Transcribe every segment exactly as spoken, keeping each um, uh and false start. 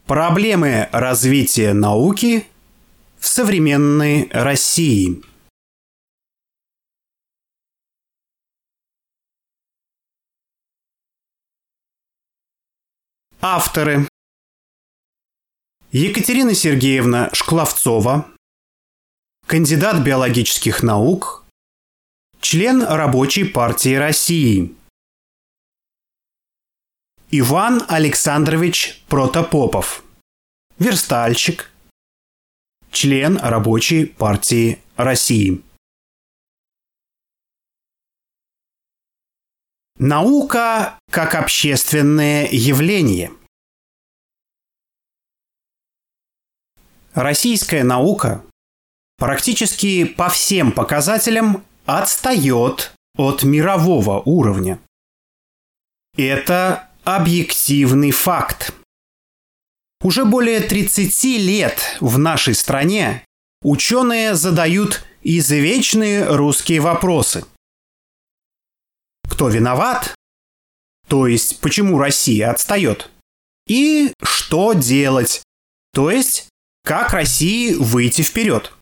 Проблемы развития науки в современной России. Авторы: Екатерина Сергеевна Шкловцова, кандидат биологических наук, член Рабочей партии России. Иван Александрович Протопопов, верстальщик, член Рабочей партии России. Наука как общественное явление. Российская наука практически по всем показателям отстает от мирового уровня. Это объективный факт. Уже более тридцати лет в нашей стране ученые задают извечные русские вопросы. Кто виноват? То есть, почему Россия отстает? И что делать? То есть, как России выйти вперед?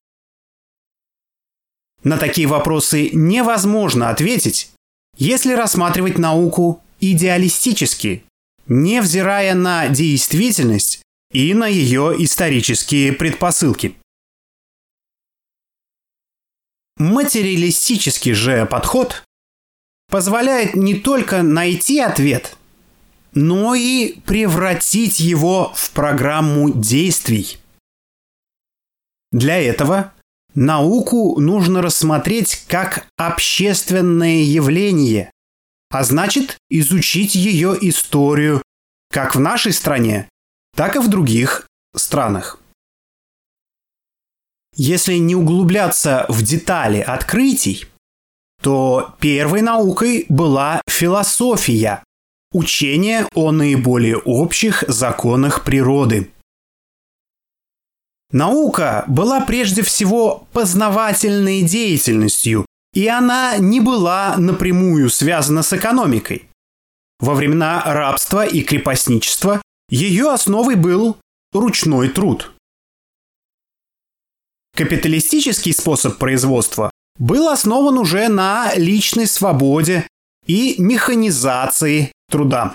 На такие вопросы невозможно ответить, если рассматривать науку идеалистически, невзирая на действительность и на ее исторические предпосылки. Материалистический же подход позволяет не только найти ответ, но и превратить его в программу действий. Для этого науку нужно рассмотреть как общественное явление, а значит, изучить ее историю как в нашей стране, так и в других странах. Если не углубляться в детали открытий, то первой наукой была философия, учение о наиболее общих законах природы. Наука была прежде всего познавательной деятельностью, и она не была напрямую связана с экономикой. Во времена рабства и крепостничества ее основой был ручной труд. Капиталистический способ производства был основан уже на личной свободе и механизации труда.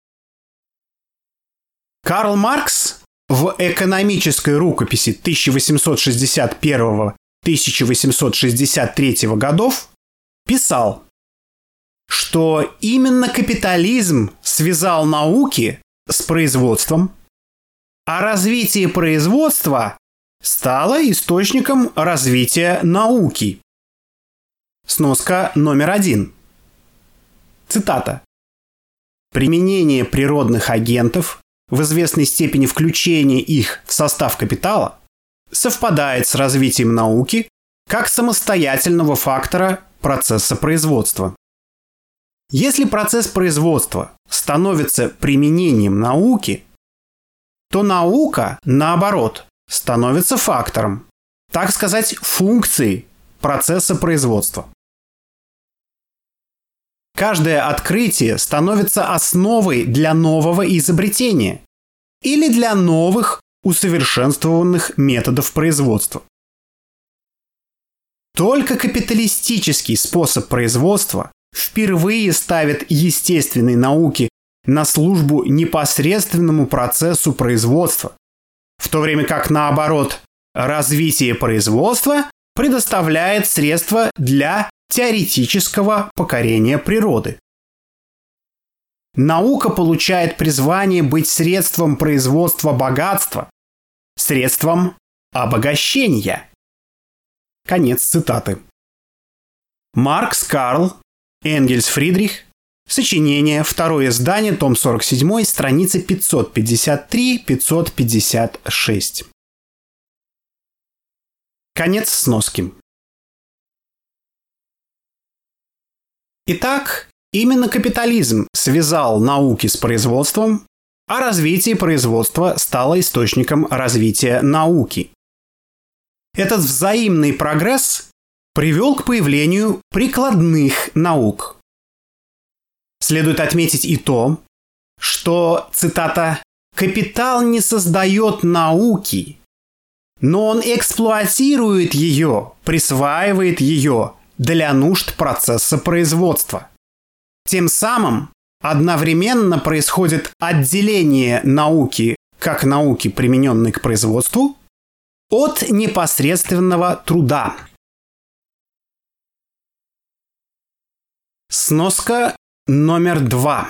Карл Маркс в экономической рукописи тысяча восемьсот шестьдесят первого — тысяча восемьсот шестьдесят третьего годов писал, что именно капитализм связал науки с производством, а развитие производства стало источником развития науки. Сноска номер один. Цитата. «Применение природных агентов, в известной степени включение их в состав капитала, совпадает с развитием науки как самостоятельного фактора процесса производства. Если процесс производства становится применением науки, то наука, наоборот, становится фактором, так сказать, функцией процесса производства. Каждое открытие становится основой для нового изобретения или для новых усовершенствованных методов производства. Только капиталистический способ производства впервые ставит естественные науки на службу непосредственному процессу производства, в то время как, наоборот, развитие производства предоставляет средства для теоретического покорения природы. Наука получает призвание быть средством производства богатства, средством обогащения». Конец цитаты. Маркс Карл, Энгельс Фридрих. Сочинение. Второе издание. Том сорок семь. Страницы пятьсот пятьдесят три — пятьсот пятьдесят шесть. Конец сноски. Итак, именно капитализм связал науки с производством, а развитие производства стало источником развития науки. Этот взаимный прогресс привел к появлению прикладных наук. Следует отметить и то, что, цитата, капитал не создает науки, но он эксплуатирует ее, присваивает ее для нужд процесса производства. Тем самым одновременно происходит отделение науки как науки, примененной к производству, от непосредственного труда. Сноска номер два.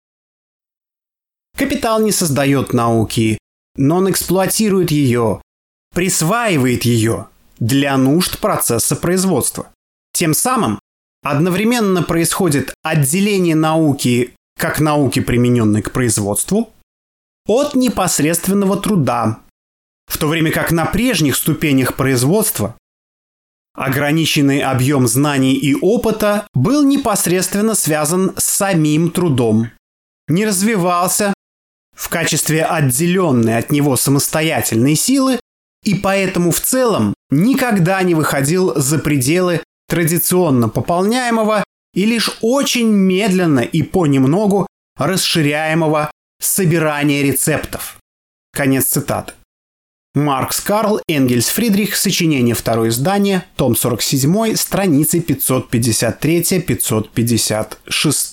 Капитал не создает науки, но он эксплуатирует ее, присваивает ее для нужд процесса производства. Тем самым одновременно происходит отделение науки как науки, примененной к производству, от непосредственного труда, в то время как на прежних ступенях производства ограниченный объем знаний и опыта был непосредственно связан с самим трудом, не развивался в качестве отделенной от него самостоятельной силы и поэтому в целом никогда не выходил за пределы традиционно пополняемого и лишь очень медленно и понемногу расширяемого собирания рецептов. Конец цитаты. Маркс Карл, Энгельс Фридрих, сочинение, второе издание, том сорок семь, страницы пятьсот пятьдесят три - пятьсот пятьдесят шесть.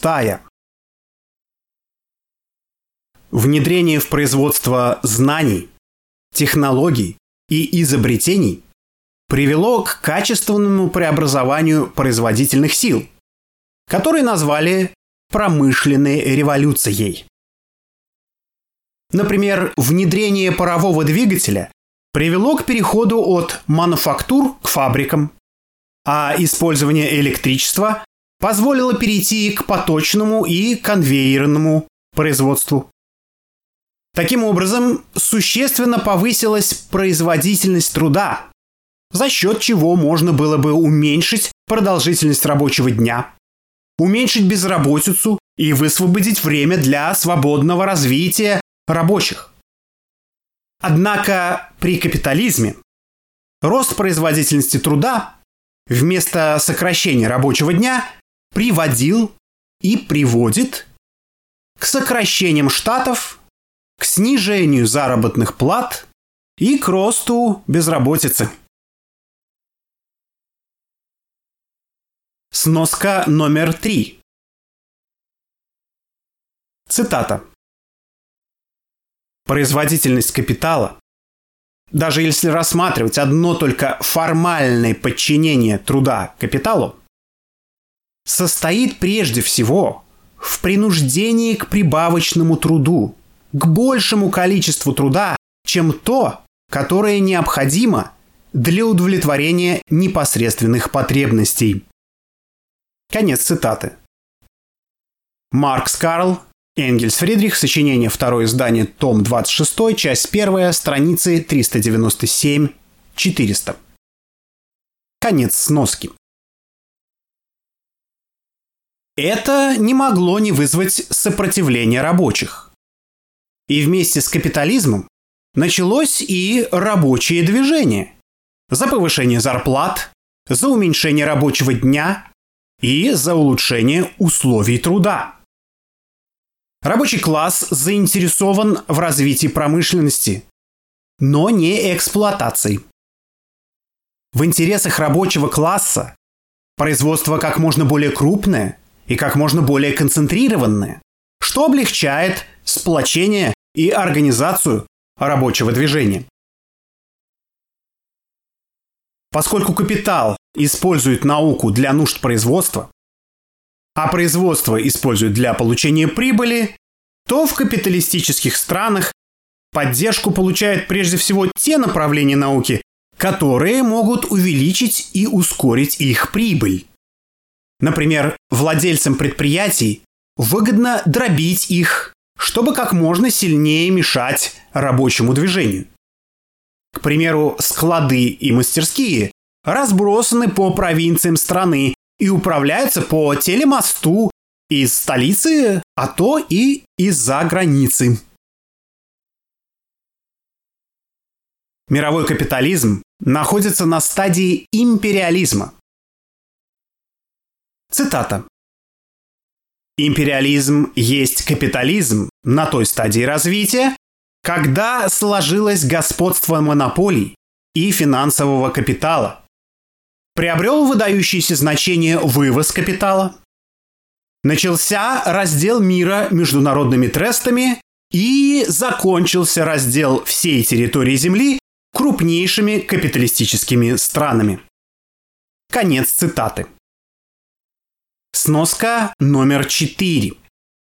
Внедрение в производство знаний, технологий и изобретений привело к качественному преобразованию производительных сил, которые назвали промышленной революцией. Например, внедрение парового двигателя привело к переходу от мануфактур к фабрикам, а использование электричества позволило перейти к поточному и конвейерному производству. Таким образом, существенно повысилась производительность труда, за счет чего можно было бы уменьшить продолжительность рабочего дня, уменьшить безработицу и высвободить время для свободного развития рабочих. Однако при капитализме рост производительности труда вместо сокращения рабочего дня приводил и приводит к сокращениям штатов, к снижению заработных плат и к росту безработицы. Сноска номер три. Цитата. Производительность капитала, даже если рассматривать одно только формальное подчинение труда капиталу, состоит прежде всего в принуждении к прибавочному труду, к большему количеству труда, чем то, которое необходимо для удовлетворения непосредственных потребностей. Конец цитаты. Маркс Карл, Энгельс Фридрих, сочинение, второе издание, том двадцать шесть, часть первая, страницы триста девяносто семь - четыреста. Конец сноски. Это не могло не вызвать сопротивления рабочих. И вместе с капитализмом началось и рабочее движение за повышение зарплат, за уменьшение рабочего дня и за улучшение условий труда. Рабочий класс заинтересован в развитии промышленности, но не эксплуатации. В интересах рабочего класса производство как можно более крупное и как можно более концентрированное, что облегчает сплочение и организацию рабочего движения. Поскольку капитал использует науку для нужд производства, а производство используют для получения прибыли, то в капиталистических странах поддержку получают прежде всего те направления науки, которые могут увеличить и ускорить их прибыль. Например, владельцам предприятий выгодно дробить их, чтобы как можно сильнее мешать рабочему движению. К примеру, склады и мастерские разбросаны по провинциям страны и управляются по телемосту из столицы, а то и из-за границы. Мировой капитализм находится на стадии империализма. Цитата. Империализм есть капитализм на той стадии развития, когда сложилось господство монополий и финансового капитала, приобрел выдающееся значение вывоз капитала, начался раздел мира международными трестами и закончился раздел всей территории Земли крупнейшими капиталистическими странами. Конец цитаты. Сноска номер четыре.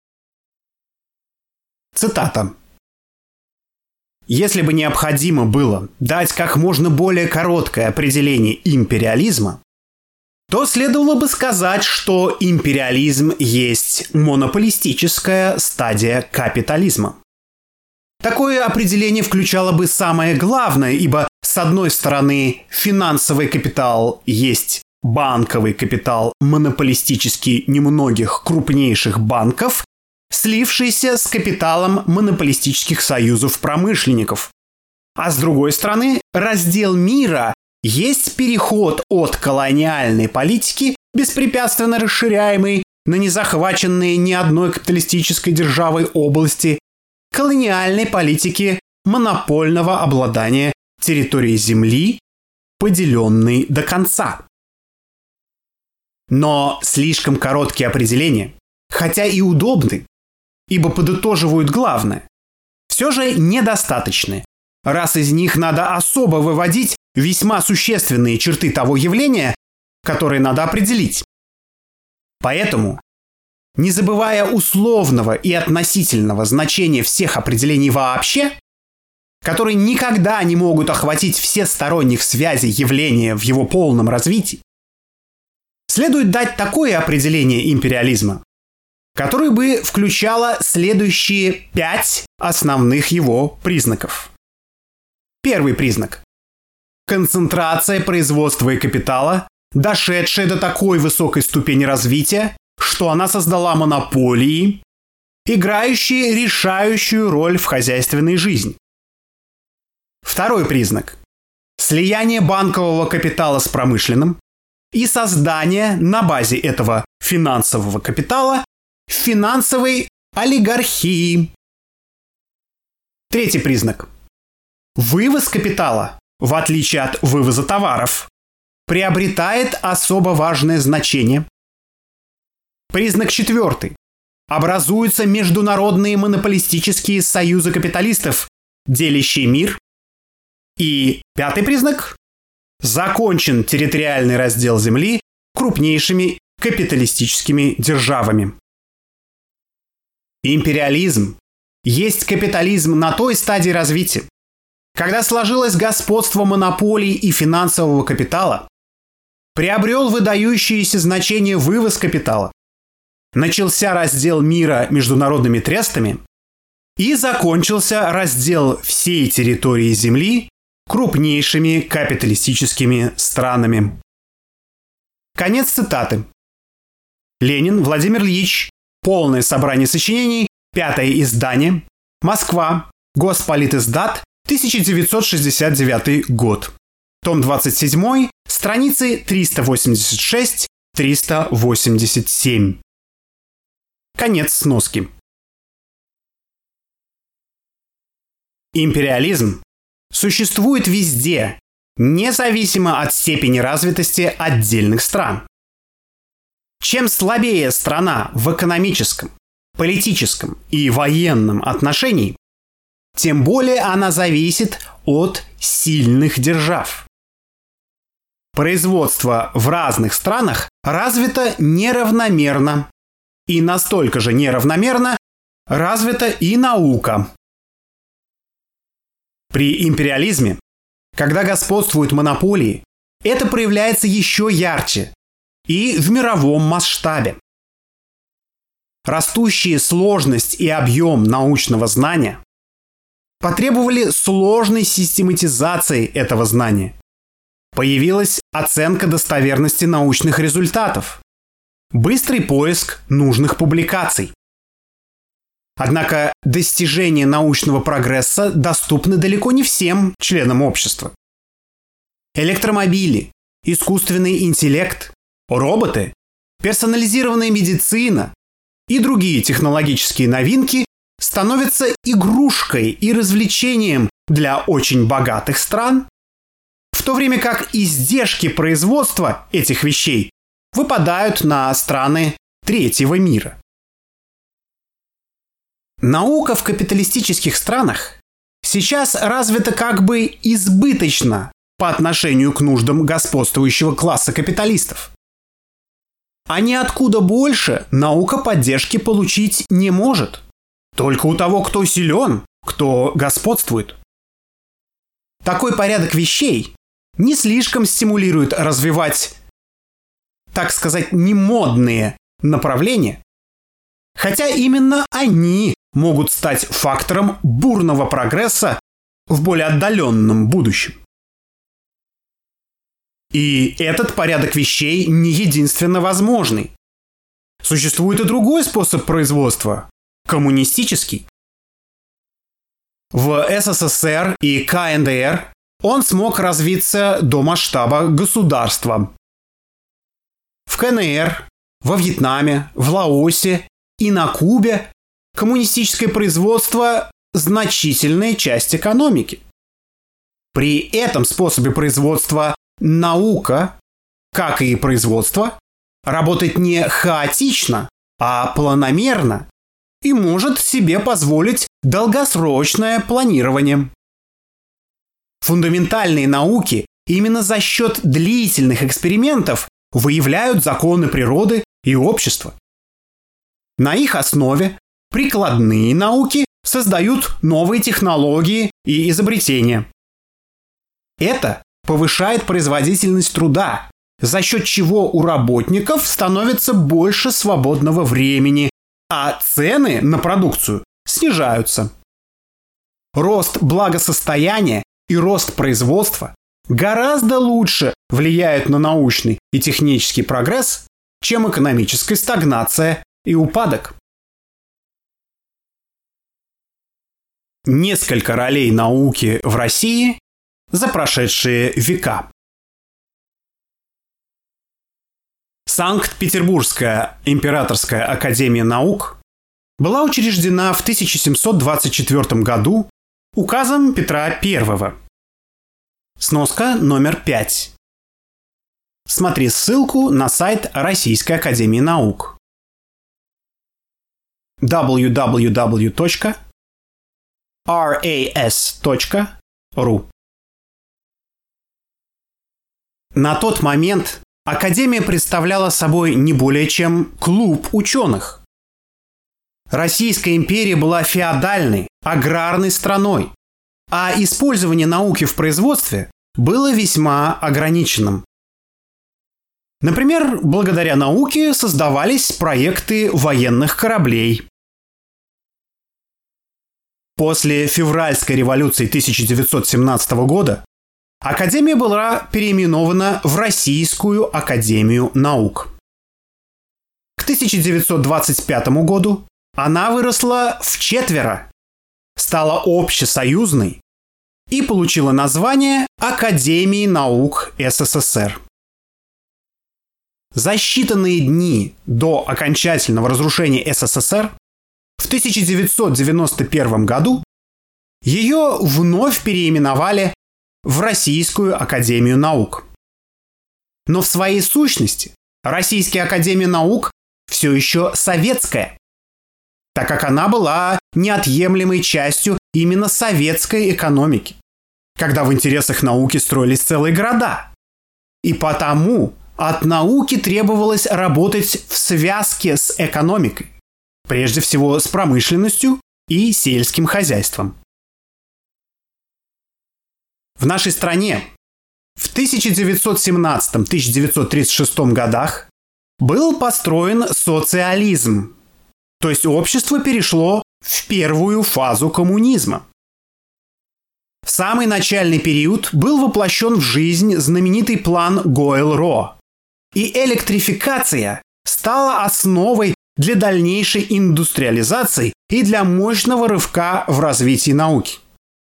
Цитата. Если бы необходимо было дать как можно более короткое определение империализма, то следовало бы сказать, что империализм есть монополистическая стадия капитализма. Такое определение включало бы самое главное, ибо, с одной стороны, финансовый капитал есть банковый капитал монополистически немногих крупнейших банков, слившийся с капиталом монополистических союзов промышленников. А с другой стороны, раздел мира есть переход от колониальной политики, беспрепятственно расширяемой на незахваченные ни одной капиталистической державой области, колониальной политики монопольного обладания территорией Земли, поделенной до конца. Но слишком короткие определения, хотя и удобны, ибо подытоживают главное, все же недостаточны, раз из них надо особо выводить весьма существенные черты того явления, которое надо определить. Поэтому, не забывая условного и относительного значения всех определений вообще, которые никогда не могут охватить все сторонних связей явления в его полном развитии, следует дать такое определение империализма, которое бы включало следующие пять основных его признаков. Первый признак. Концентрация производства и капитала, дошедшая до такой высокой ступени развития, что она создала монополии, играющие решающую роль в хозяйственной жизни. Второй признак. Слияние банкового капитала с промышленным и создание на базе этого финансового капитала финансовой олигархии. Третий признак. Вывоз капитала, в отличие от вывоза товаров, приобретает особо важное значение. Признак четвертый. Образуются международные монополистические союзы капиталистов, делящие мир. И пятый признак. Закончен территориальный раздел Земли крупнейшими капиталистическими державами. Империализм есть капитализм на той стадии развития, когда сложилось господство монополий и финансового капитала, приобрел выдающееся значение вывоз капитала, начался раздел мира международными трестами и закончился раздел всей территории Земли крупнейшими капиталистическими странами. Конец цитаты. Ленин Владимир Ильич. Полное собрание сочинений. Пятое издание. Москва. Госполитиздат. тысяча девятьсот шестьдесят девятый год. Том двадцать семь. Страницы триста восемьдесят шесть - триста восемьдесят семь. Конец сноски. Империализм существует везде, независимо от степени развитости отдельных стран. Чем слабее страна в экономическом, политическом и военном отношении, тем более она зависит от сильных держав. Производство в разных странах развито неравномерно, и настолько же неравномерно развита и наука. При империализме, когда господствуют монополии, это проявляется еще ярче и в мировом масштабе. Растущая сложность и объем научного знания потребовали сложной систематизации этого знания. Появилась оценка достоверности научных результатов, быстрый поиск нужных публикаций. Однако достижения научного прогресса доступны далеко не всем членам общества. Электромобили, искусственный интеллект, роботы, персонализированная медицина и другие технологические новинки становится игрушкой и развлечением для очень богатых стран, в то время как издержки производства этих вещей выпадают на страны третьего мира. Наука в капиталистических странах сейчас развита как бы избыточно по отношению к нуждам господствующего класса капиталистов. А ниоткуда больше наука поддержки получить не может. Только у того, кто силен, кто господствует. Такой порядок вещей не слишком стимулирует развивать, так сказать, немодные направления, хотя именно они могут стать фактором бурного прогресса в более отдаленном будущем. И этот порядок вещей не единственно возможный. Существует и другой способ производства – коммунистический. В СССР и ка эн дэ эр он смог развиться до масштаба государства. В ка эн эр, во Вьетнаме, в Лаосе и на Кубе коммунистическое производство – значительная часть экономики. При этом способе производства наука, как и производство, работает не хаотично, а планомерно и может себе позволить долгосрочное планирование. Фундаментальные науки именно за счет длительных экспериментов выявляют законы природы и общества. На их основе прикладные науки создают новые технологии и изобретения. Это повышает производительность труда, за счет чего у работников становится больше свободного времени, а цены на продукцию снижаются. Рост благосостояния и рост производства гораздо лучше влияют на научный и технический прогресс, чем экономическая стагнация и упадок. Несколько ролей науки в России за прошедшие века. Санкт-Петербургская императорская академия наук была учреждена в тысяча семьсот двадцать четвёртом году указом Петра Первого. Сноска номер пять. Смотри ссылку на сайт Российской академии наук. дабл ю дабл ю дабл ю точка рас точка ру. На тот момент Академия представляла собой не более чем клуб ученых. Российская империя была феодальной, аграрной страной, а использование науки в производстве было весьма ограниченным. Например, благодаря науке создавались проекты военных кораблей. После февральской революции тысяча девятьсот семнадцатого года Академия была переименована в Российскую академию наук. К тысяча девятьсот двадцать пятому году она выросла вчетверо, стала общесоюзной и получила название Академии наук эс эс эс эр. За считанные дни до окончательного разрушения эс эс эс эр в тысяча девятьсот девяносто первом году ее вновь переименовали в Российскую академию наук. Но в своей сущности Российская академия наук все еще советская, так как она была неотъемлемой частью именно советской экономики, когда в интересах науки строились целые города. И потому от науки требовалось работать в связке с экономикой, прежде всего с промышленностью и сельским хозяйством. В нашей стране в тысяча девятьсот семнадцатом — тысяча девятьсот тридцать шестом годах был построен социализм, то есть общество перешло в первую фазу коммунизма. В самый начальный период был воплощен в жизнь знаменитый план Гойл-Ро, и электрификация стала основой для дальнейшей индустриализации и для мощного рывка в развитии науки.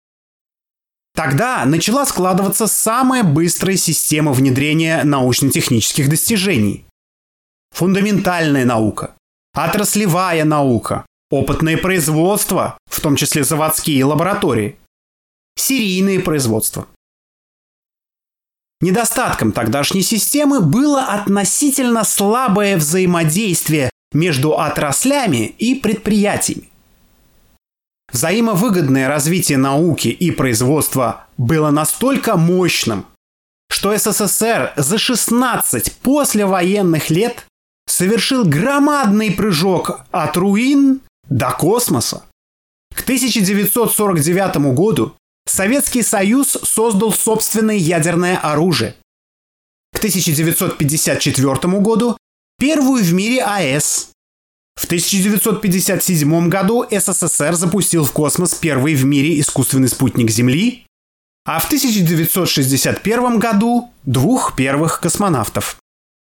Тогда начала складываться самая быстрая система внедрения научно-технических достижений. Фундаментальная наука, отраслевая наука, опытное производство, в том числе заводские лаборатории, серийные производства. Недостатком тогдашней системы было относительно слабое взаимодействие между отраслями и предприятиями. Взаимовыгодное развитие науки и производства было настолько мощным, что СССР за шестнадцать послевоенных лет совершил громадный прыжок от руин до космоса. К тысяча девятьсот сорок девятому году Советский Союз создал собственное ядерное оружие. К тысяча девятьсот пятьдесят четвёртому году первую в мире АЭС. В тысяча девятьсот пятьдесят седьмом году СССР запустил в космос первый в мире искусственный спутник Земли, а в тысяча девятьсот шестьдесят первом году двух первых космонавтов.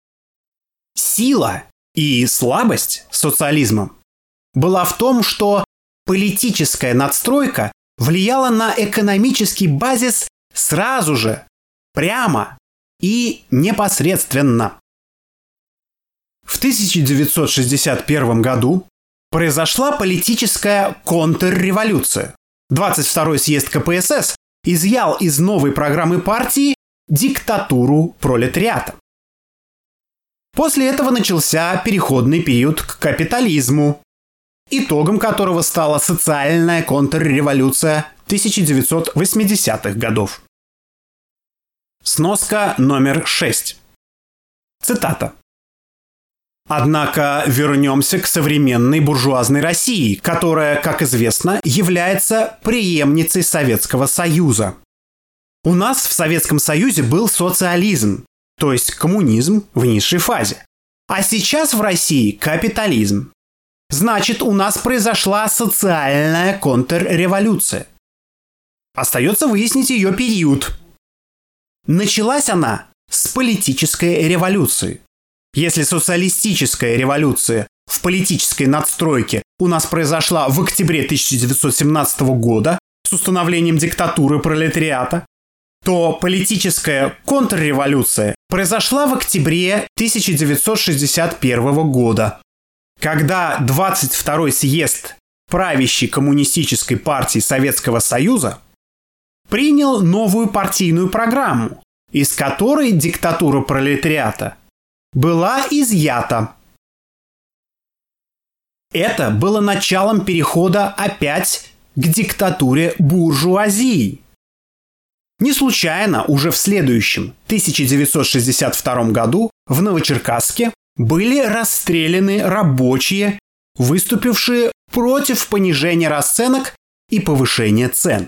Сила и слабость социализма была в том, что политическая надстройка влияла на экономический базис сразу же, прямо и непосредственно. В тысяча девятьсот шестьдесят первом году произошла политическая контрреволюция. двадцать второй съезд ка пэ эс эс изъял из новой программы партии диктатуру пролетариата. После этого начался переходный период к капитализму, итогом которого стала социальная контрреволюция тысяча девятьсот восьмидесятых годов. Сноска номер шесть. Цитата. Однако вернемся к современной буржуазной России, которая, как известно, является преемницей Советского Союза. У нас в Советском Союзе был социализм, то есть коммунизм в низшей фазе. А сейчас в России капитализм. Значит, у нас произошла социальная контрреволюция. Остается выяснить ее период. Началась она с политической революции. Если социалистическая революция в политической надстройке у нас произошла в октябре тысяча девятьсот семнадцатого года с установлением диктатуры пролетариата, то политическая контрреволюция произошла в октябре тысяча девятьсот шестьдесят первого года, когда двадцать второй съезд правящей коммунистической партии Советского Союза принял новую партийную программу, из которой диктатура пролетариата была изъята. Это было началом перехода опять к диктатуре буржуазии. Не случайно уже в следующем, тысяча девятьсот шестьдесят втором году, в Новочеркасске были расстреляны рабочие, выступившие против понижения расценок и повышения цен.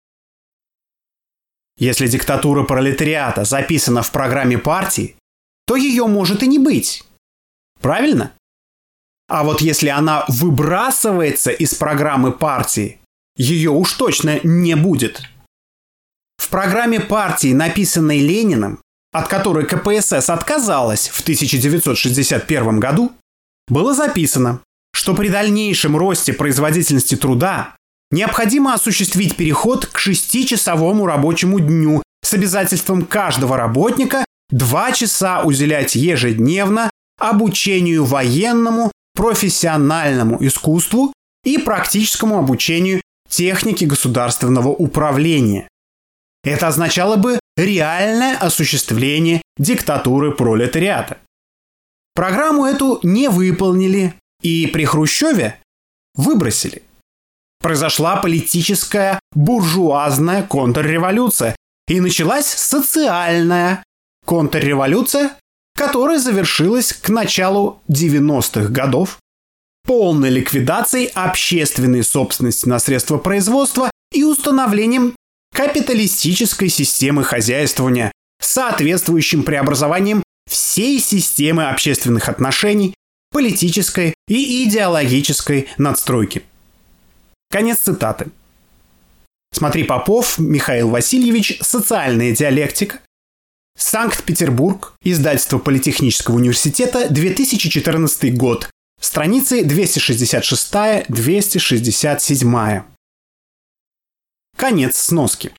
Если диктатура пролетариата записана в программе партии, то ее может и не быть. Правильно? А вот если она выбрасывается из программы партии, ее уж точно не будет. В программе партии, написанной Лениным, от которой ка пэ эс эс отказалась в тысяча девятьсот шестьдесят первом году, было записано, что при дальнейшем росте производительности труда необходимо осуществить переход к шестичасовому рабочему дню с обязательством каждого работника два часа уделять ежедневно обучению военному, профессиональному искусству и практическому обучению технике государственного управления. Это означало бы реальное осуществление диктатуры пролетариата. Программу эту не выполнили и при Хрущеве выбросили. Произошла политическая буржуазная контрреволюция и началась социальная контрреволюция, которая завершилась к началу девяностых годов полной ликвидацией общественной собственности на средства производства и установлением капиталистической системы хозяйствования с соответствующим преобразованием всей системы общественных отношений, политической и идеологической надстройки. Конец цитаты. Смотри Попов Михаил Васильевич «Социальная диалектика». Санкт-Петербург. Издательство Политехнического университета. две тысячи четырнадцатый год. Страницы двести шестьдесят шесть - двести шестьдесят семь. Конец сноски.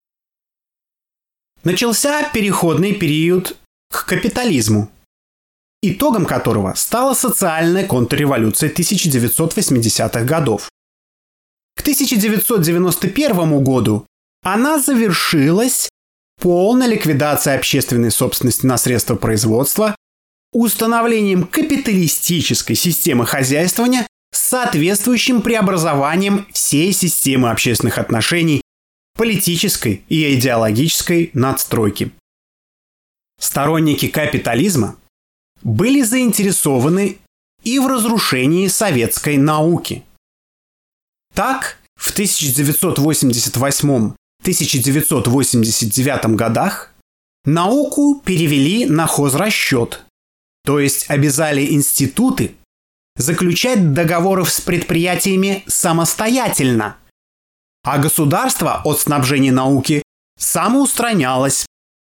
Начался переходный период к капитализму. итогом которого стала социальная контрреволюция тысяча девятьсот восьмидесятых годов. К тысяча девятьсот девяносто первому году она завершилась полной ликвидацией общественной собственности на средства производства, установлением капиталистической системы хозяйствования с соответствующим преобразованием всей системы общественных отношений, политической и идеологической надстройки. Сторонники капитализма были заинтересованы и в разрушении советской науки. Так, в тысяча девятьсот восемьдесят восьмом — тысяча девятьсот восемьдесят девятом годах науку перевели на хозрасчет, то есть обязали институты заключать договоры с предприятиями самостоятельно, а государство от снабжения науки самоустранялось.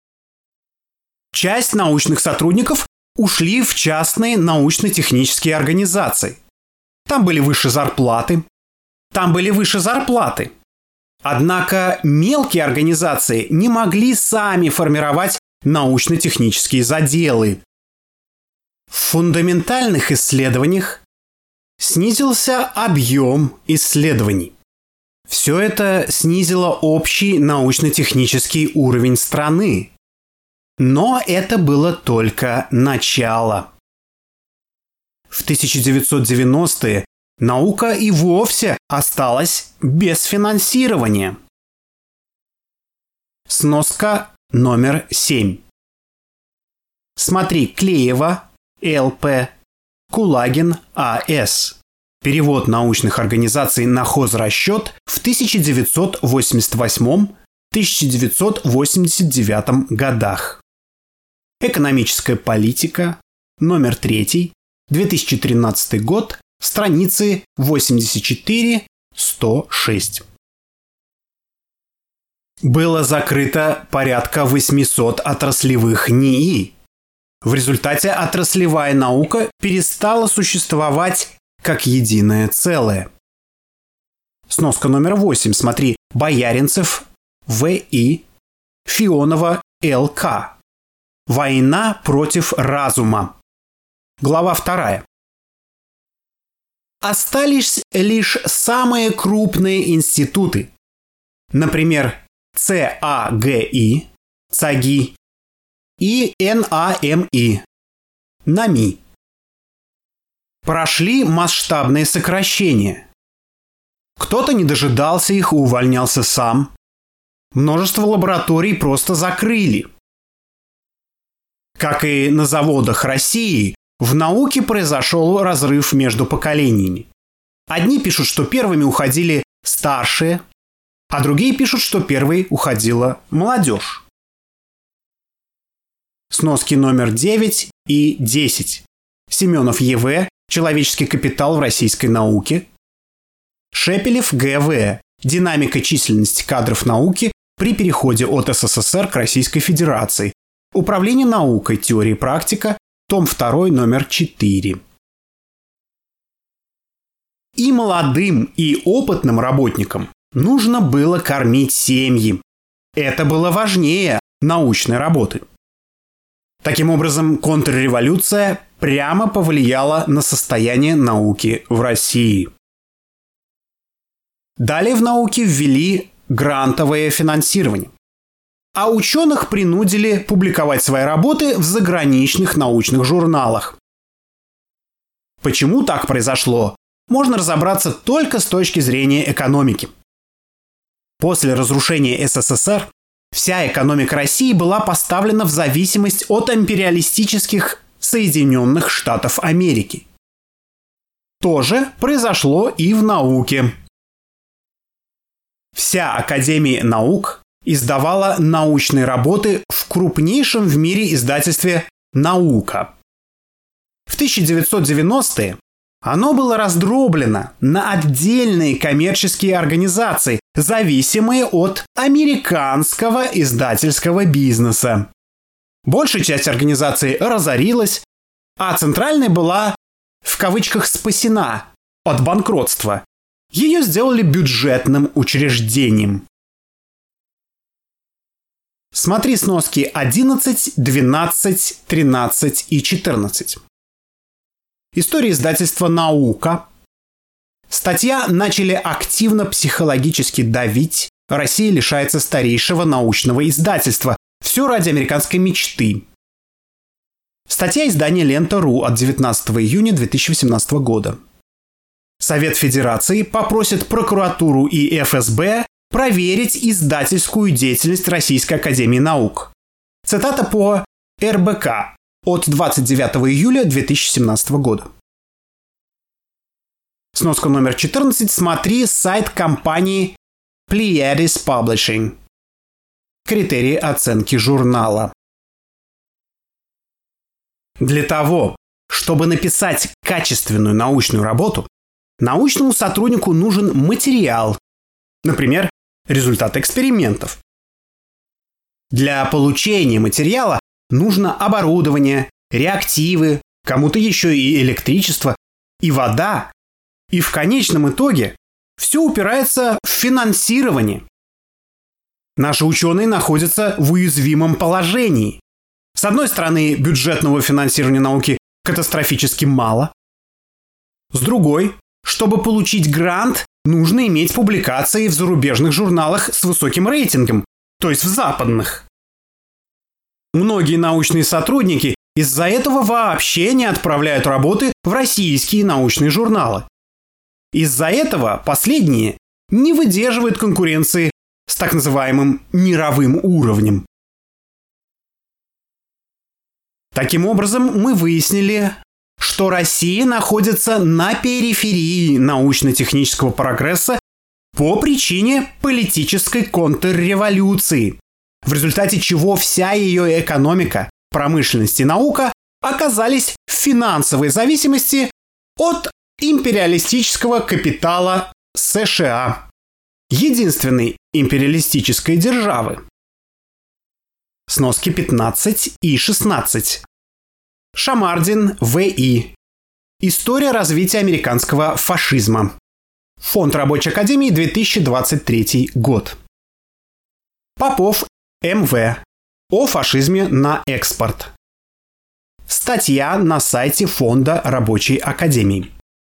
Часть научных сотрудников ушли в частные научно-технические организации. Там были выше зарплаты. Там были выше зарплаты. Однако мелкие организации не могли сами формировать научно-технические заделы. В фундаментальных исследованиях снизился объем исследований. Все это снизило общий научно-технический уровень страны. Но это было только начало. В тысяча девятьсот девяностые наука и вовсе осталась без финансирования. Сноска номер семь. Смотри Клеева, Эл П, Кулагин, А С. Перевод научных организаций на хозрасчет в тысяча девятьсот восемьдесят восьмом — тысяча девятьсот восемьдесят девятом годах. Экономическая политика, номер три, две тысячи тринадцатый год, страницы восемьдесят четыре — сто шесть. Было закрыто порядка восемьсот отраслевых НИИ. В результате отраслевая наука перестала существовать как единое целое. Сноска номер восемь. Смотри Бояринцев, В И, Фионова, Л К. Война против разума. Глава вторая. Остались лишь самые крупные институты. Например, Ц А Г И, ЦАГИ, и Н А М И, НАМИ. Прошли масштабные сокращения. Кто-то не дожидался их и увольнялся сам. Множество лабораторий просто закрыли. Как и на заводах России, в науке произошел разрыв между поколениями. Одни пишут, что первыми уходили старшие, а другие пишут, что первой уходила молодежь. Сноски номер девять и десять. Семенов Е В. Человеческий капитал в российской науке. Шепелев Г В. Динамика численности кадров науки при переходе от С С С Р к Российской Федерации. Управление наукой. Теория и практика. Том два, номер четыре. И молодым, и опытным работникам нужно было кормить семьи. Это было важнее научной работы. Таким образом, контрреволюция прямо повлияла на состояние науки в России. Далее в науке ввели грантовое финансирование. А ученых принудили публиковать свои работы в заграничных научных журналах. Почему так произошло, можно разобраться только с точки зрения экономики. После разрушения С С С Р вся экономика России была поставлена в зависимость от империалистических Соединенных Штатов Америки. То же произошло и в науке. Вся Академия наук издавала научные работы в крупнейшем в мире издательстве «Наука». В тысяча девятьсот девяностые оно было раздроблено на отдельные коммерческие организации, зависимые от американского издательского бизнеса. Большая часть организаций разорилась, а центральная была, в кавычках, спасена от банкротства. Ее сделали бюджетным учреждением. Смотри сноски одиннадцать, двенадцать, тринадцать и четырнадцать. История издательства «Наука». Статья «Начали активно психологически давить. Россия лишается старейшего научного издательства. Все ради американской мечты». Статья издания «Лента.ру» от девятнадцатого июня две тысячи восемнадцатого года. Совет Федерации попросит прокуратуру и эф эс бэ проверить издательскую деятельность Российской академии наук. Цитата по эр бэ ка от двадцать девятого июля две тысячи семнадцатого года. Сноска номер четырнадцать. Смотри сайт компании Pleiades Publishing. Критерии оценки журнала. Для того, чтобы написать качественную научную работу, научному сотруднику нужен материал, например, результаты экспериментов. Для получения материала нужно оборудование, реактивы, кому-то еще и электричество, и вода. И в конечном итоге все упирается в финансирование. Наши ученые находятся в уязвимом положении. С одной стороны, бюджетного финансирования науки катастрофически мало. С другой, чтобы получить грант, нужно иметь публикации в зарубежных журналах с высоким рейтингом, то есть в западных. Многие научные сотрудники из-за этого вообще не отправляют работы в российские научные журналы. Из-за этого последние не выдерживают конкуренции с так называемым мировым уровнем. Таким образом, мы выяснили, что Россия находится на периферии научно-технического прогресса по причине политической контрреволюции, в результате чего вся ее экономика, промышленность и наука оказались в финансовой зависимости от империалистического капитала США, единственной империалистической державы. Сноски пятнадцать и шестнадцать. Шамардин, вэ и. История развития американского фашизма. Фонд Рабочей Академии, две тысячи двадцать третий год. Попов, эм вэ. О фашизме на экспорт. Статья на сайте Фонда Рабочей Академии.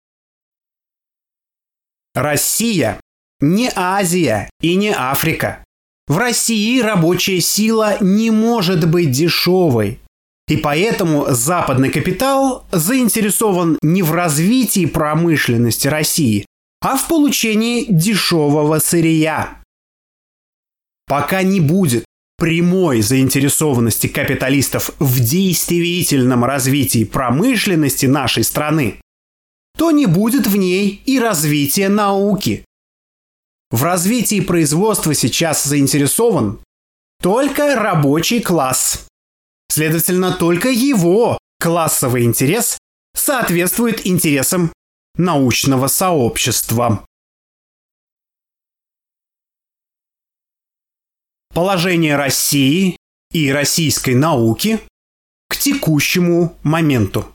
Россия не Азия и не Африка. В России рабочая сила не может быть дешевой. И поэтому западный капитал заинтересован не в развитии промышленности России, а в получении дешевого сырья. Пока не будет прямой заинтересованности капиталистов в действительном развитии промышленности нашей страны, то не будет в ней и развития науки. В развитии производства сейчас заинтересован только рабочий класс. Следовательно, только его классовый интерес соответствует интересам научного сообщества. Положение России и российской науки к текущему моменту.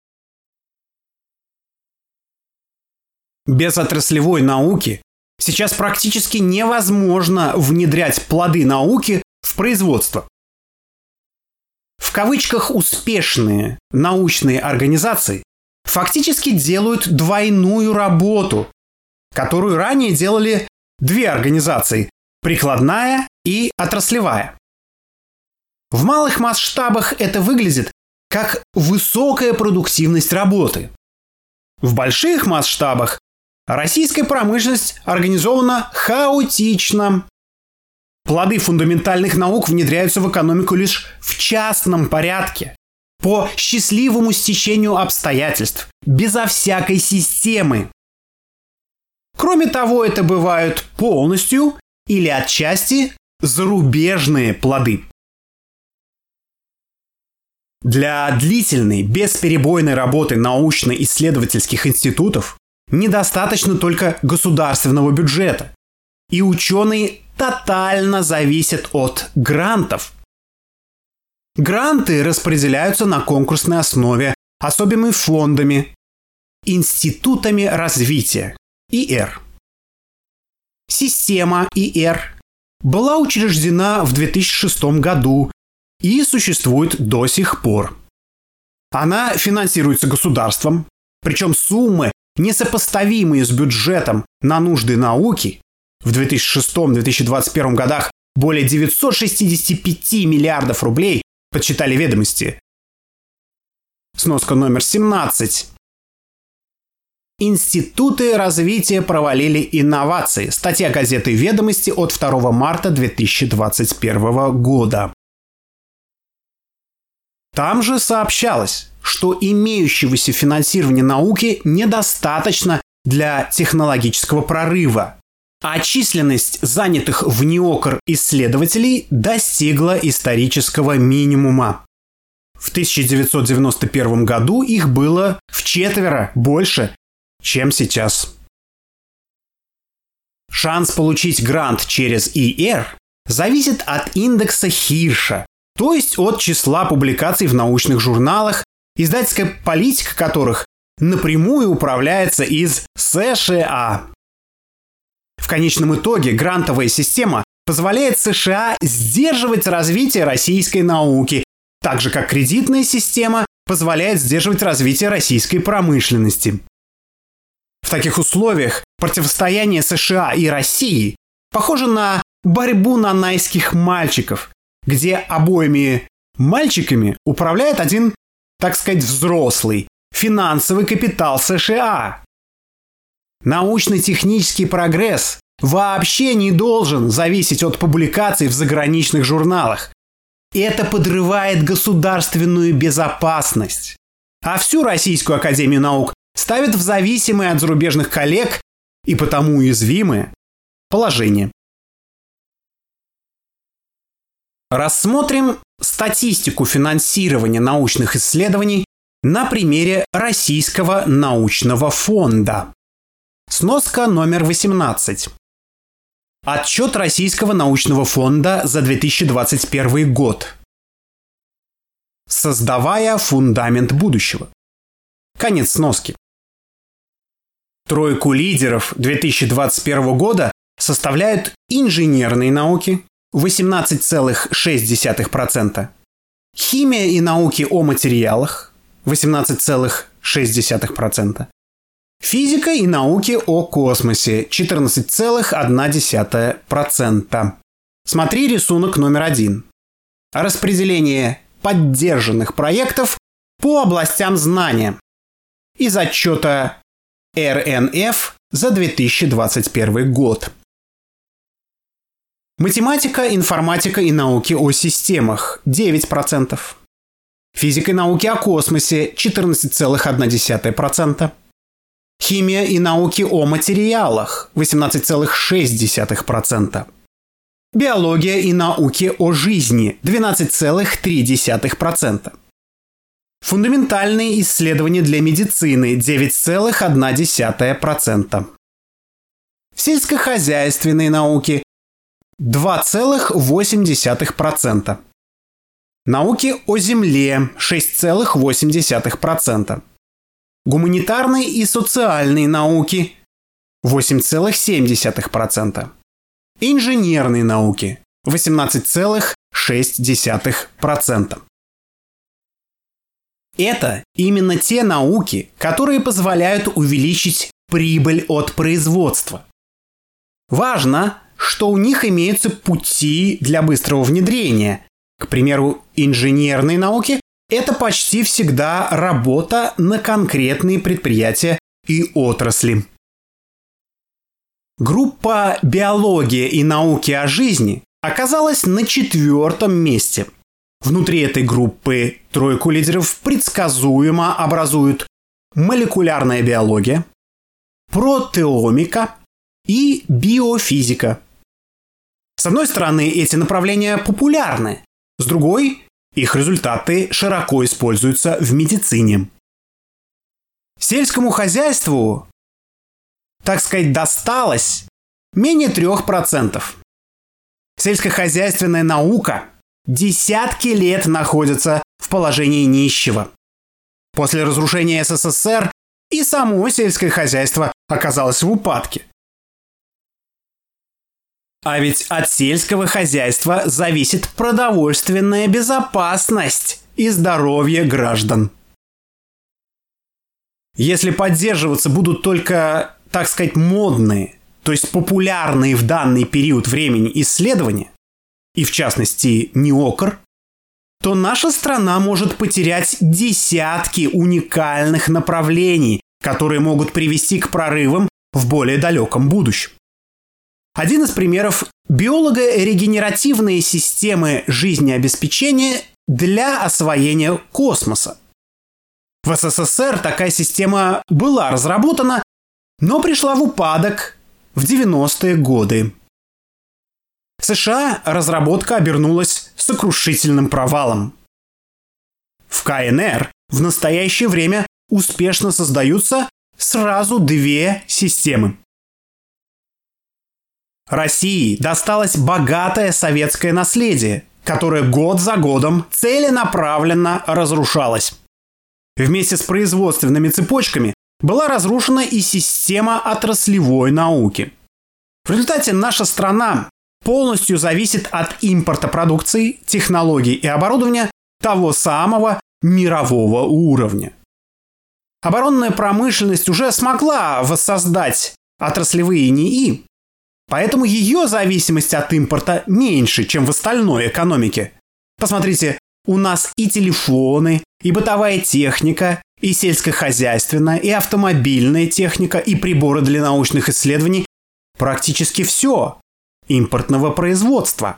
Без отраслевой науки сейчас практически невозможно внедрять плоды науки в производство. В кавычках «успешные» научные организации фактически делают двойную работу, которую ранее делали две организации – прикладная и отраслевая. В малых масштабах это выглядит как высокая продуктивность работы. В больших масштабах российская промышленность организована хаотично. Плоды фундаментальных наук внедряются в экономику лишь в частном порядке, по счастливому стечению обстоятельств, безо всякой системы. Кроме того, это бывают полностью или отчасти зарубежные плоды. Для длительной, бесперебойной работы научно-исследовательских институтов недостаточно только государственного бюджета, и ученые тотально зависят от грантов. Гранты распределяются на конкурсной основе особыми фондами, институтами развития, и эр. Система и эр была учреждена в две тысячи шестом году и существует до сих пор. Она финансируется государством, причем суммы, несопоставимые с бюджетом на нужды науки, в две тысячи шестом — две тысячи двадцать первом годах более девятьсот шестьдесят пять миллиардов рублей, подсчитали «Ведомости». Сноска номер семнадцать. Институты развития провалили инновации. Статья газеты «Ведомости» от второго марта две тысячи двадцать первого года. Там же сообщалось, что имеющегося финансирования науки недостаточно для технологического прорыва, а численность занятых в НИОКР исследователей достигла исторического минимума. В тысяча девятьсот девяносто первом году их было вчетверо больше, чем сейчас. Шанс получить грант через и эр зависит от индекса Хирша, то есть от числа публикаций в научных журналах, издательская политика которых напрямую управляется из США. В конечном итоге грантовая система позволяет США сдерживать развитие российской науки, так же как кредитная система позволяет сдерживать развитие российской промышленности. В таких условиях противостояние США и России похоже на борьбу нанайских мальчиков, где обоими мальчиками управляет один, так сказать, взрослый, финансовый капитал США. Научно-технический прогресс вообще не должен зависеть от публикаций в заграничных журналах. Это подрывает государственную безопасность. А всю Российскую академию наук ставит в зависимое от зарубежных коллег и потому уязвимое положение. Рассмотрим статистику финансирования научных исследований на примере Российского научного фонда. Сноска номер восемнадцать. Отчет Российского научного фонда за две тысячи двадцать первый год. Создавая фундамент будущего. Конец сноски. Тройку лидеров две тысячи двадцать первого года составляют инженерные науки восемнадцать целых шесть десятых процента, химия и науки о материалах восемнадцать целых шесть десятых процента, физика и науки о космосе четырнадцать целых одна десятая процента. Смотри рисунок номер один. Распределение поддержанных проектов по областям знания из отчета эр эн эф за две тысячи двадцать первый год. Математика, информатика и науки о системах – девять процентов. Физика и науки о космосе – четырнадцать целых одна десятая процента. Химия и науки о материалах – восемнадцать целых шесть десятых процента. Биология и науки о жизни – двенадцать целых три десятых процента. Фундаментальные исследования для медицины – девять целых одна десятая процента. Сельскохозяйственные науки – два целых восемь десятых процента. Науки о земле – шесть целых восемь десятых процента. Гуманитарные и социальные науки – восемь целых семь десятых процента. Инженерные науки – восемнадцать целых шесть десятых процента. Это именно те науки, которые позволяют увеличить прибыль от производства. Важно, что у них имеются пути для быстрого внедрения. К примеру, инженерные науки – это почти всегда работа на конкретные предприятия и отрасли. Группа «Биология и науки о жизни» оказалась на четвертом месте. Внутри этой группы тройку лидеров предсказуемо образуют молекулярная биология, протеомика и биофизика. С одной стороны, эти направления популярны, с другой, их результаты широко используются в медицине. Сельскому хозяйству, так сказать, досталось менее трех процентов. Сельскохозяйственная наука десятки лет находится в положении нищего. После разрушения эс эс эс эр и само сельское хозяйство оказалось в упадке. А ведь от сельского хозяйства зависит продовольственная безопасность и здоровье граждан. Если поддерживаться будут только, так сказать, модные, то есть популярные в данный период времени исследования, и в частности неокр, то наша страна может потерять десятки уникальных направлений, которые могут привести к прорывам в более далеком будущем. Один из примеров – биолого-регенеративные системы жизнеобеспечения для освоения космоса. В СССР такая система была разработана, но пришла в упадок в девяностые годы. В США разработка обернулась сокрушительным провалом. В ка эн эр в настоящее время успешно создаются сразу две системы. России досталось богатое советское наследие, которое год за годом целенаправленно разрушалось. Вместе с производственными цепочками была разрушена и система отраслевой науки. В результате наша страна полностью зависит от импорта продукции, технологий и оборудования того самого мирового уровня. Оборонная промышленность уже смогла воссоздать отраслевые НИИ, поэтому ее зависимость от импорта меньше, чем в остальной экономике. Посмотрите, у нас и телефоны, и бытовая техника, и сельскохозяйственная, и автомобильная техника, и приборы для научных исследований. Практически все импортного производства.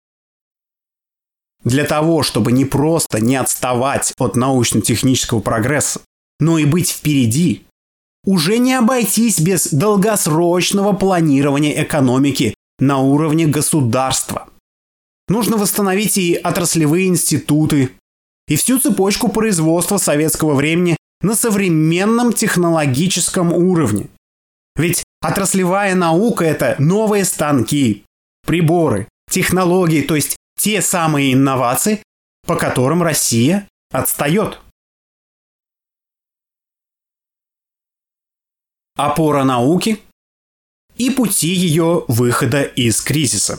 Для того, чтобы не просто не отставать от научно-технического прогресса, но и быть впереди, уже не обойтись без долгосрочного планирования экономики на уровне государства. Нужно восстановить и отраслевые институты, и всю цепочку производства советского времени на современном технологическом уровне. Ведь отраслевая наука – это новые станки, приборы, технологии, то есть те самые инновации, по которым Россия отстает. Опора науки и пути ее выхода из кризиса.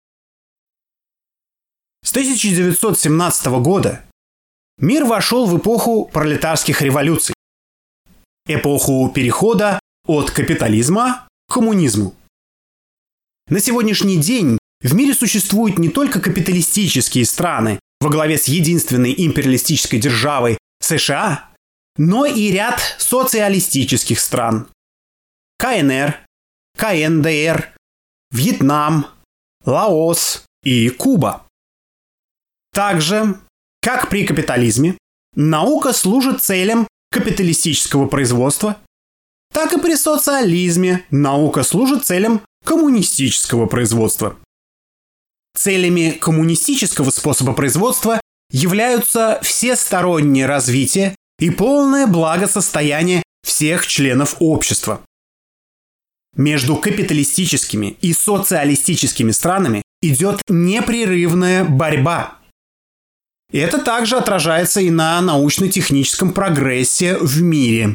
С тысяча девятьсот семнадцатого года мир вошел в эпоху пролетарских революций, эпоху перехода от капитализма к коммунизму. На сегодняшний день в мире существуют не только капиталистические страны во главе с единственной империалистической державой США, но и ряд социалистических стран. ка эн эр, ка эн дэ эр, Вьетнам, Лаос и Куба. Также, как при капитализме, наука служит целям капиталистического производства, так и при социализме наука служит целям коммунистического производства. Целями коммунистического способа производства являются всестороннее развитие и полное благосостояние всех членов общества. Между капиталистическими и социалистическими странами идет непрерывная борьба. И это также отражается и на научно-техническом прогрессе в мире.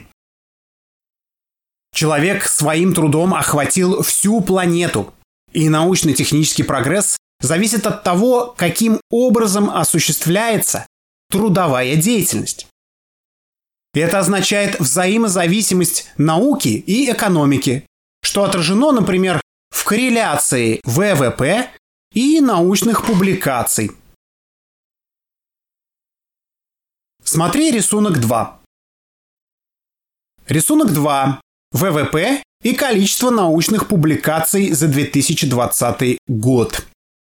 Человек своим трудом охватил всю планету, и научно-технический прогресс зависит от того, каким образом осуществляется трудовая деятельность. Это означает взаимозависимость науки и экономики, что отражено, например, в корреляции вэ вэ пэ и научных публикаций. Смотри рисунок два. Рисунок два. вэ вэ пэ и количество научных публикаций за две тысячи двадцатый год.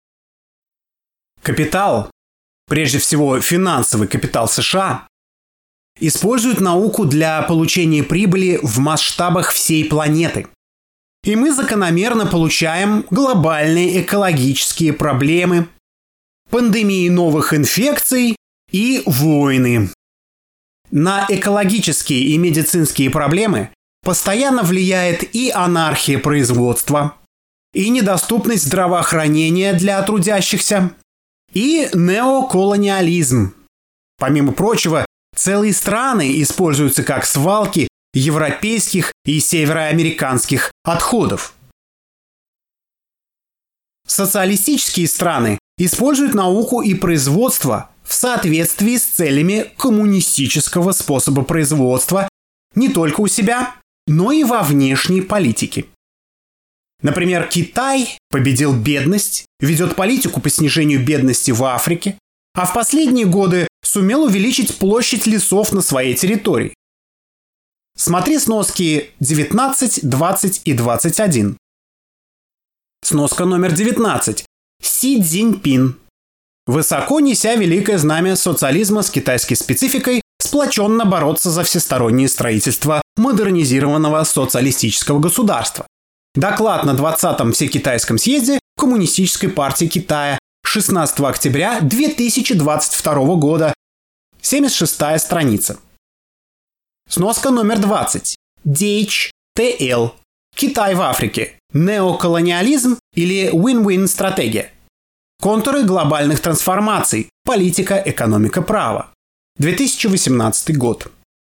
Капитал, прежде всего финансовый капитал США, использует науку для получения прибыли в масштабах всей планеты. И мы закономерно получаем глобальные экологические проблемы, пандемии новых инфекций и войны. На экологические и медицинские проблемы постоянно влияет и анархия производства, и недоступность здравоохранения для трудящихся, и неоколониализм. Помимо прочего, целые страны используются как свалки европейских и североамериканских отходов. Социалистические страны используют науку и производство в соответствии с целями коммунистического способа производства не только у себя, но и во внешней политике. Например, Китай победил бедность, ведет политику по снижению бедности в Африке, а в последние годы сумел увеличить площадь лесов на своей территории. Смотри сноски девятнадцать, двадцать и двадцать один. Сноска номер девятнадцать. Си Цзиньпин. Высоко неся великое знамя социализма с китайской спецификой, сплоченно бороться за всестороннее строительство модернизированного социалистического государства. Доклад на двадцатом Всекитайском съезде Коммунистической партии Китая шестнадцатого октября две тысячи двадцать второго года. семьдесят шестая страница. Сноска номер двадцать. Дейч Тэ Эл. Китай в Африке. Неоколониализм или win-win стратегия. Контуры глобальных трансформаций. Политика, экономика, право. две тысячи восемнадцатый год.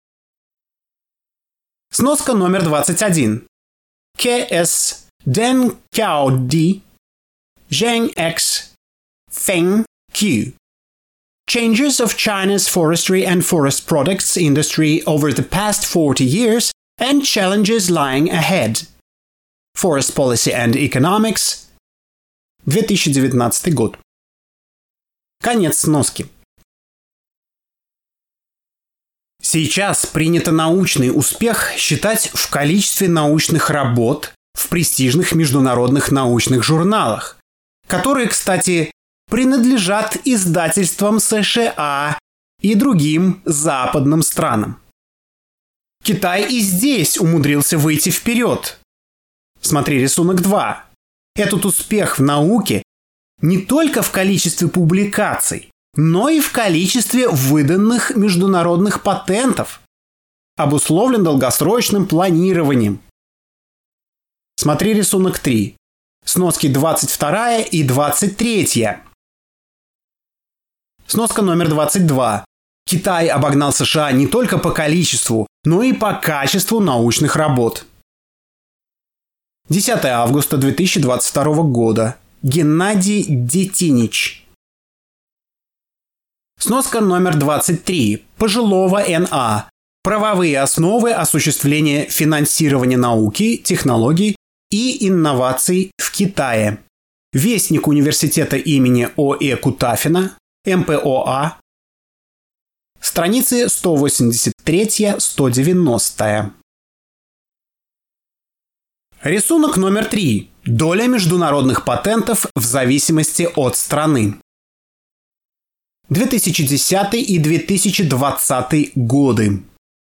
Сноска номер двадцать один. К С Дэн Кяо Ди. Зheng X. Feng Q. Changes of China's forestry and forest products industry over the past forty years and challenges lying ahead. Forest Policy and Economics. две тысячи девятнадцатый год. Конец сноски. Сейчас принято научный успех считать в количестве научных работ в престижных международных научных журналах, которые, кстати, принадлежат издательствам США и другим западным странам. Китай и здесь умудрился выйти вперед. Смотри рисунок два. Этот успех в науке не только в количестве публикаций, но и в количестве выданных международных патентов, обусловлен долгосрочным планированием. Смотри рисунок три. Сноски двадцать вторая и двадцать третья. Сноска номер двадцать два. Китай обогнал США не только по количеству, но и по качеству научных работ. десятого августа две тысячи двадцать второго года. Геннадий Детинич. Сноска номер двадцать три. Пожилого Н А. Правовые основы осуществления финансирования науки, технологий и инноваций в Китае. Вестник университета имени О Э Кутафина. М П О А. Страницы сто восемьдесят три - сто девяносто. Рисунок номер три. Доля международных патентов в зависимости от страны. две тысячи десятый и две тысячи двадцатый годы.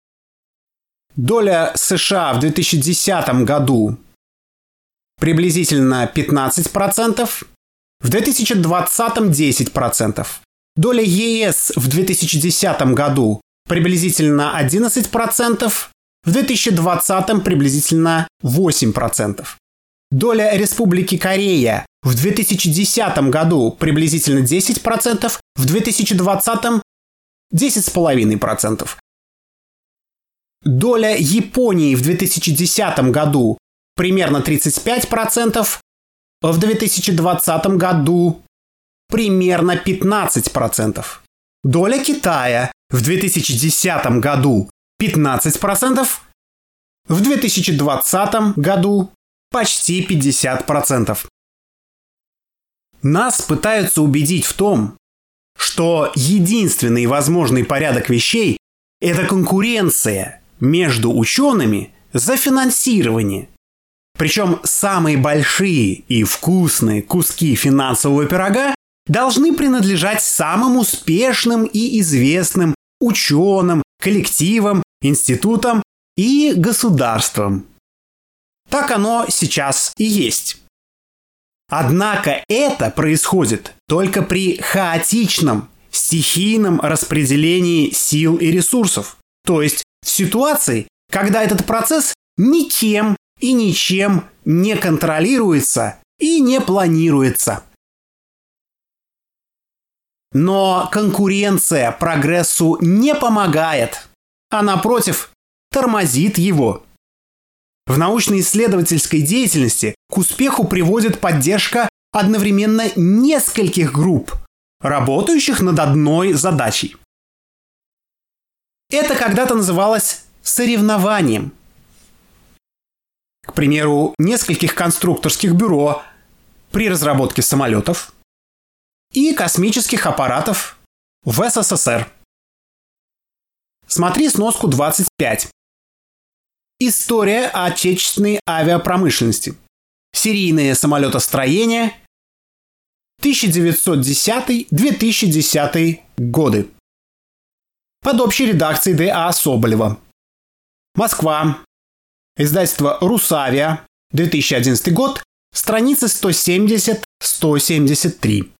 Доля США в две тысячи десятом году приблизительно пятнадцать процентов, в две тысячи двадцатом десять процентов. Доля Е С в две тысячи десятом году приблизительно одиннадцать процентов, в две тысячи двадцатом приблизительно восемь процентов. Доля Республики Корея в две тысячи десятом году приблизительно десять процентов, в две тысячи двадцатом десять целых пять десятых процента. Доля Японии в две тысячи десятом году примерно тридцать пять процентов, в две тысячи двадцатом году примерно пятнадцать процентов. Доля Китая в две тысячи десятом году пятнадцать процентов, в две тысячи двадцатом году почти пятьдесят процентов. Нас пытаются убедить в том, что единственный возможный порядок вещей – это конкуренция между учеными за финансирование. Причем самые большие и вкусные куски финансового пирога должны принадлежать самым успешным и известным ученым, коллективам, институтам и государствам. Так оно сейчас и есть. Однако это происходит только при хаотичном, стихийном распределении сил и ресурсов, то есть в ситуации, когда этот процесс никем и ничем не контролируется и не планируется. Но конкуренция прогрессу не помогает, а напротив, тормозит его. В научно-исследовательской деятельности к успеху приводит поддержка одновременно нескольких групп, работающих над одной задачей. Это когда-то называлось соревнованием. К примеру, нескольких конструкторских бюро при разработке самолетов и космических аппаратов в эс эс эс эр. Смотри сноску двадцать пять. История отечественной авиапромышленности. Серийное самолетостроение. тысяча девятьсот десятый — две тысячи десятый годы. Под общей редакцией Д А Соболева. Москва. Издательство «Русавиа», две тысячи одиннадцатый год, страницы сто семьдесят — сто семьдесят три.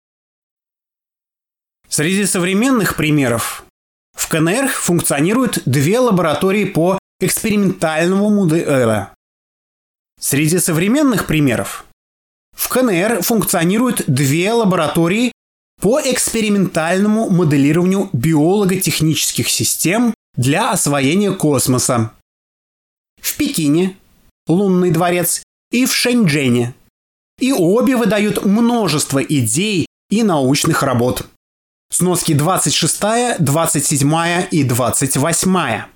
Среди современных примеров в ка эн эр функционируют две лаборатории по экспериментальному моделированию. Среди современных примеров в ка эн эр функционируют две лаборатории по экспериментальному моделированию биолого-технических систем для освоения космоса. В Пекине – Лунный дворец и в Шэньчжэне. И обе выдают множество идей и научных работ. Сноски двадцать шестая, двадцать седьмая и двадцать восьмая.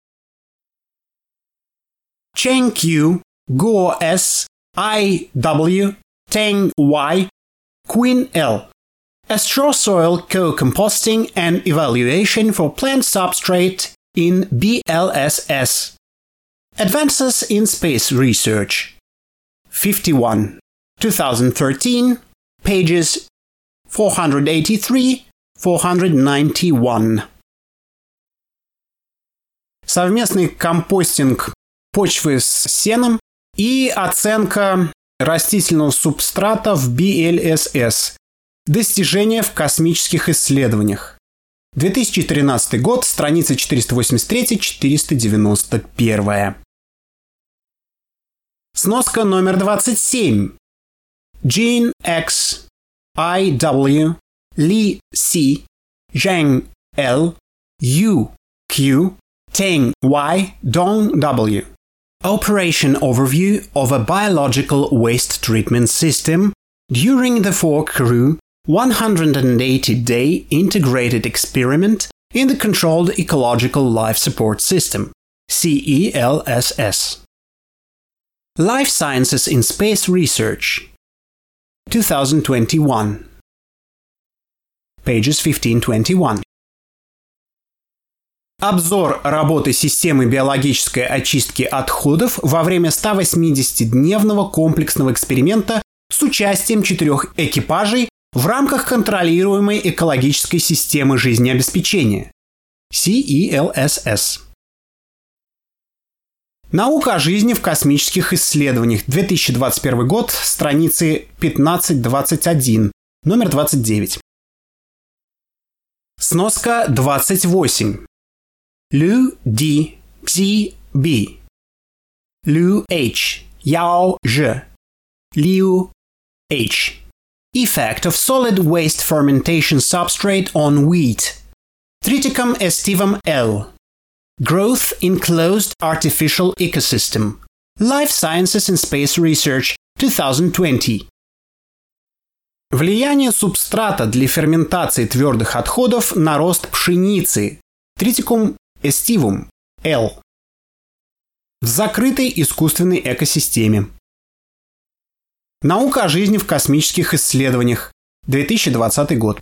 Чэнь-Кью, Го-С, Ай Дабл-Ю, Тэнь-Y, Queen-L. Astro Soil Co-Composting and Evaluation for Plant Substrate in би эл эс эс. Advances in Space Research. fifty-one. twenty thirteen. Pages four eighty-three — four ninety-one. Совместный компостинг почвы с сеном и оценка растительного субстрата в би эл эс эс. Достижения в космических исследованиях. две тысячи тринадцатый год, страница четыреста восемьдесят три — четыреста девяносто один. Сноска номер двадцать семь. Gene X, Ай Дабл Ю, Ли С, Zhang L, Yu Q, Teng Y, Dong W. Operation overview of a biological waste treatment system during the four-crew one hundred eighty day integrated experiment in the Controlled Ecological Life Support System, си и эл эс эс. Life Sciences in Space Research, twenty twenty-one. Pages fifteen twenty-one. Обзор работы системы биологической очистки отходов во время ста восьмидесятидневного комплексного эксперимента с участием четырех экипажей в рамках контролируемой экологической системы жизнеобеспечения, си и эл эс эс. Наука о жизни в космических исследованиях, две тысячи двадцать первый год, страницы пятнадцать двадцать один, номер двадцать девять. Сноска двадцать восемь. Лю Ди Цзи Би. Лю H. Яо Ж. Liu H. Effect of solid waste fermentation substrate on wheat. Triticum aestivum L. Growth in closed artificial ecosystem. Life Sciences in Space Research, twenty twenty. Влияние субстрата для ферментации твердых отходов на рост пшеницы. Triticum aestivum L. В закрытой искусственной экосистеме. Наука о жизни в космических исследованиях. две тысячи двадцатый год.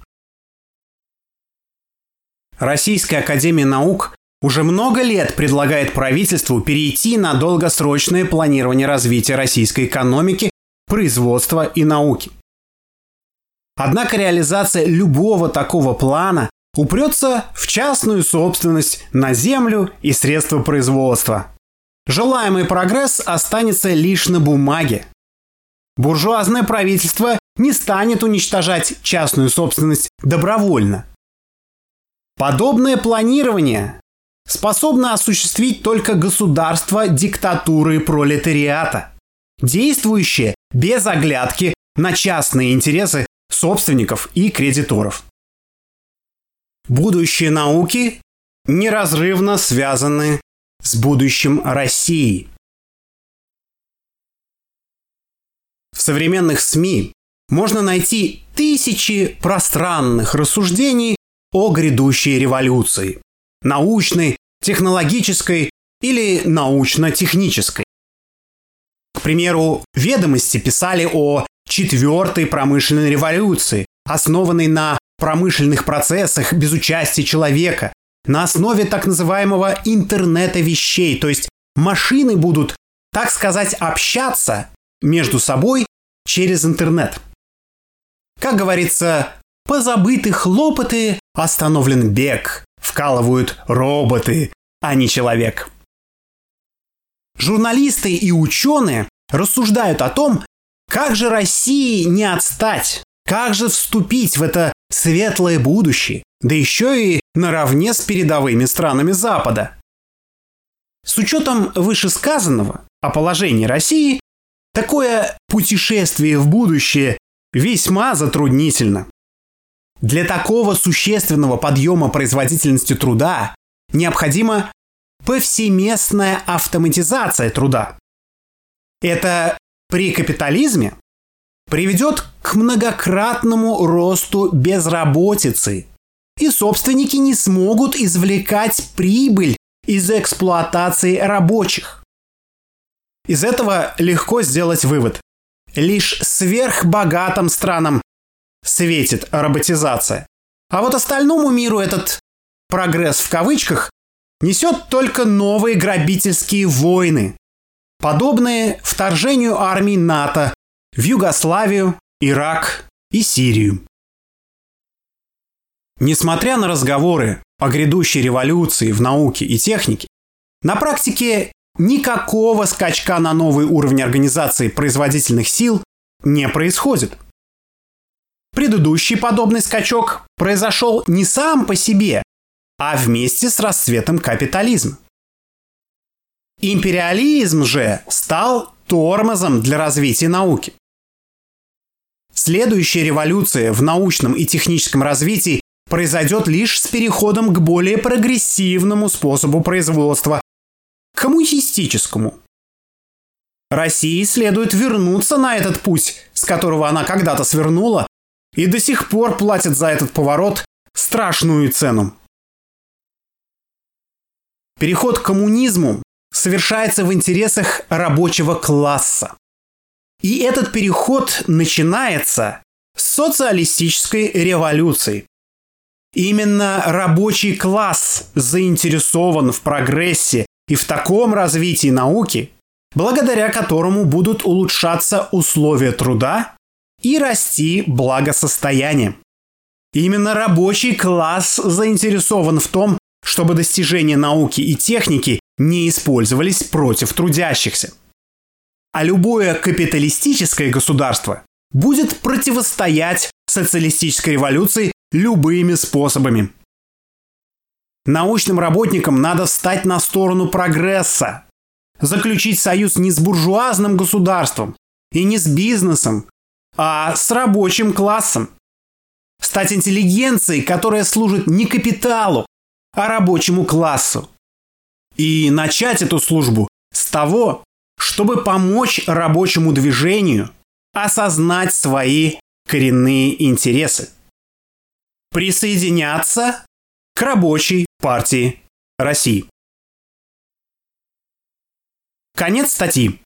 Российская академия наук уже много лет предлагает правительству перейти на долгосрочное планирование развития российской экономики, производства и науки. Однако реализация любого такого плана упрется в частную собственность на землю и средства производства. Желаемый прогресс останется лишь на бумаге. Буржуазное правительство не станет уничтожать частную собственность добровольно. Подобное планирование способно осуществить только государство диктатуры пролетариата, действующее без оглядки на частные интересы собственников и кредиторов. Будущее науки неразрывно связаны с будущим России. В современных СМИ можно найти тысячи пространных рассуждений о грядущей революции – научной, технологической или научно-технической. К примеру, «Ведомости» писали о четвертой промышленной революции, основанной на промышленных процессах без участия человека, на основе так называемого интернета вещей, то есть машины будут, так сказать, общаться между собой через интернет. Как говорится, позабыты хлопоты, остановлен бег, вкалывают роботы, а не человек. Журналисты и ученые рассуждают о том, как же России не отстать, как же вступить в это светлое будущее, да еще и наравне с передовыми странами Запада. С учетом вышесказанного о положении России, такое путешествие в будущее весьма затруднительно. Для такого существенного подъема производительности труда необходима повсеместная автоматизация труда. Это при капитализме приведет к многократному росту безработицы, и собственники не смогут извлекать прибыль из эксплуатации рабочих. Из этого легко сделать вывод. Лишь сверхбогатым странам светит роботизация, а вот остальному миру этот «прогресс» в кавычках несет только новые грабительские войны, подобные вторжению армий НАТО в Югославию, Ирак и Сирию. Несмотря на разговоры о грядущей революции в науке и технике, на практике никакого скачка на новый уровень организации производительных сил не происходит. Предыдущий подобный скачок произошел не сам по себе, а вместе с расцветом капитализма. Империализм же стал тормозом для развития науки. Следующая революция в научном и техническом развитии произойдет лишь с переходом к более прогрессивному способу производства – коммунистическому. России следует вернуться на этот путь, с которого она когда-то свернула, и до сих пор платит за этот поворот страшную цену. Переход к коммунизму совершается в интересах рабочего класса. И этот переход начинается с социалистической революции. Именно рабочий класс заинтересован в прогрессе и в таком развитии науки, благодаря которому будут улучшаться условия труда и расти благосостояние. Именно рабочий класс заинтересован в том, чтобы достижения науки и техники не использовались против трудящихся. А любое капиталистическое государство будет противостоять социалистической революции любыми способами. Научным работникам надо встать на сторону прогресса, заключить союз не с буржуазным государством и не с бизнесом, а с рабочим классом. Стать интеллигенцией, которая служит не капиталу, а рабочему классу. И начать эту службу с того, чтобы помочь рабочему движению осознать свои коренные интересы. Присоединяться к Рабочей партии России. Конец статьи.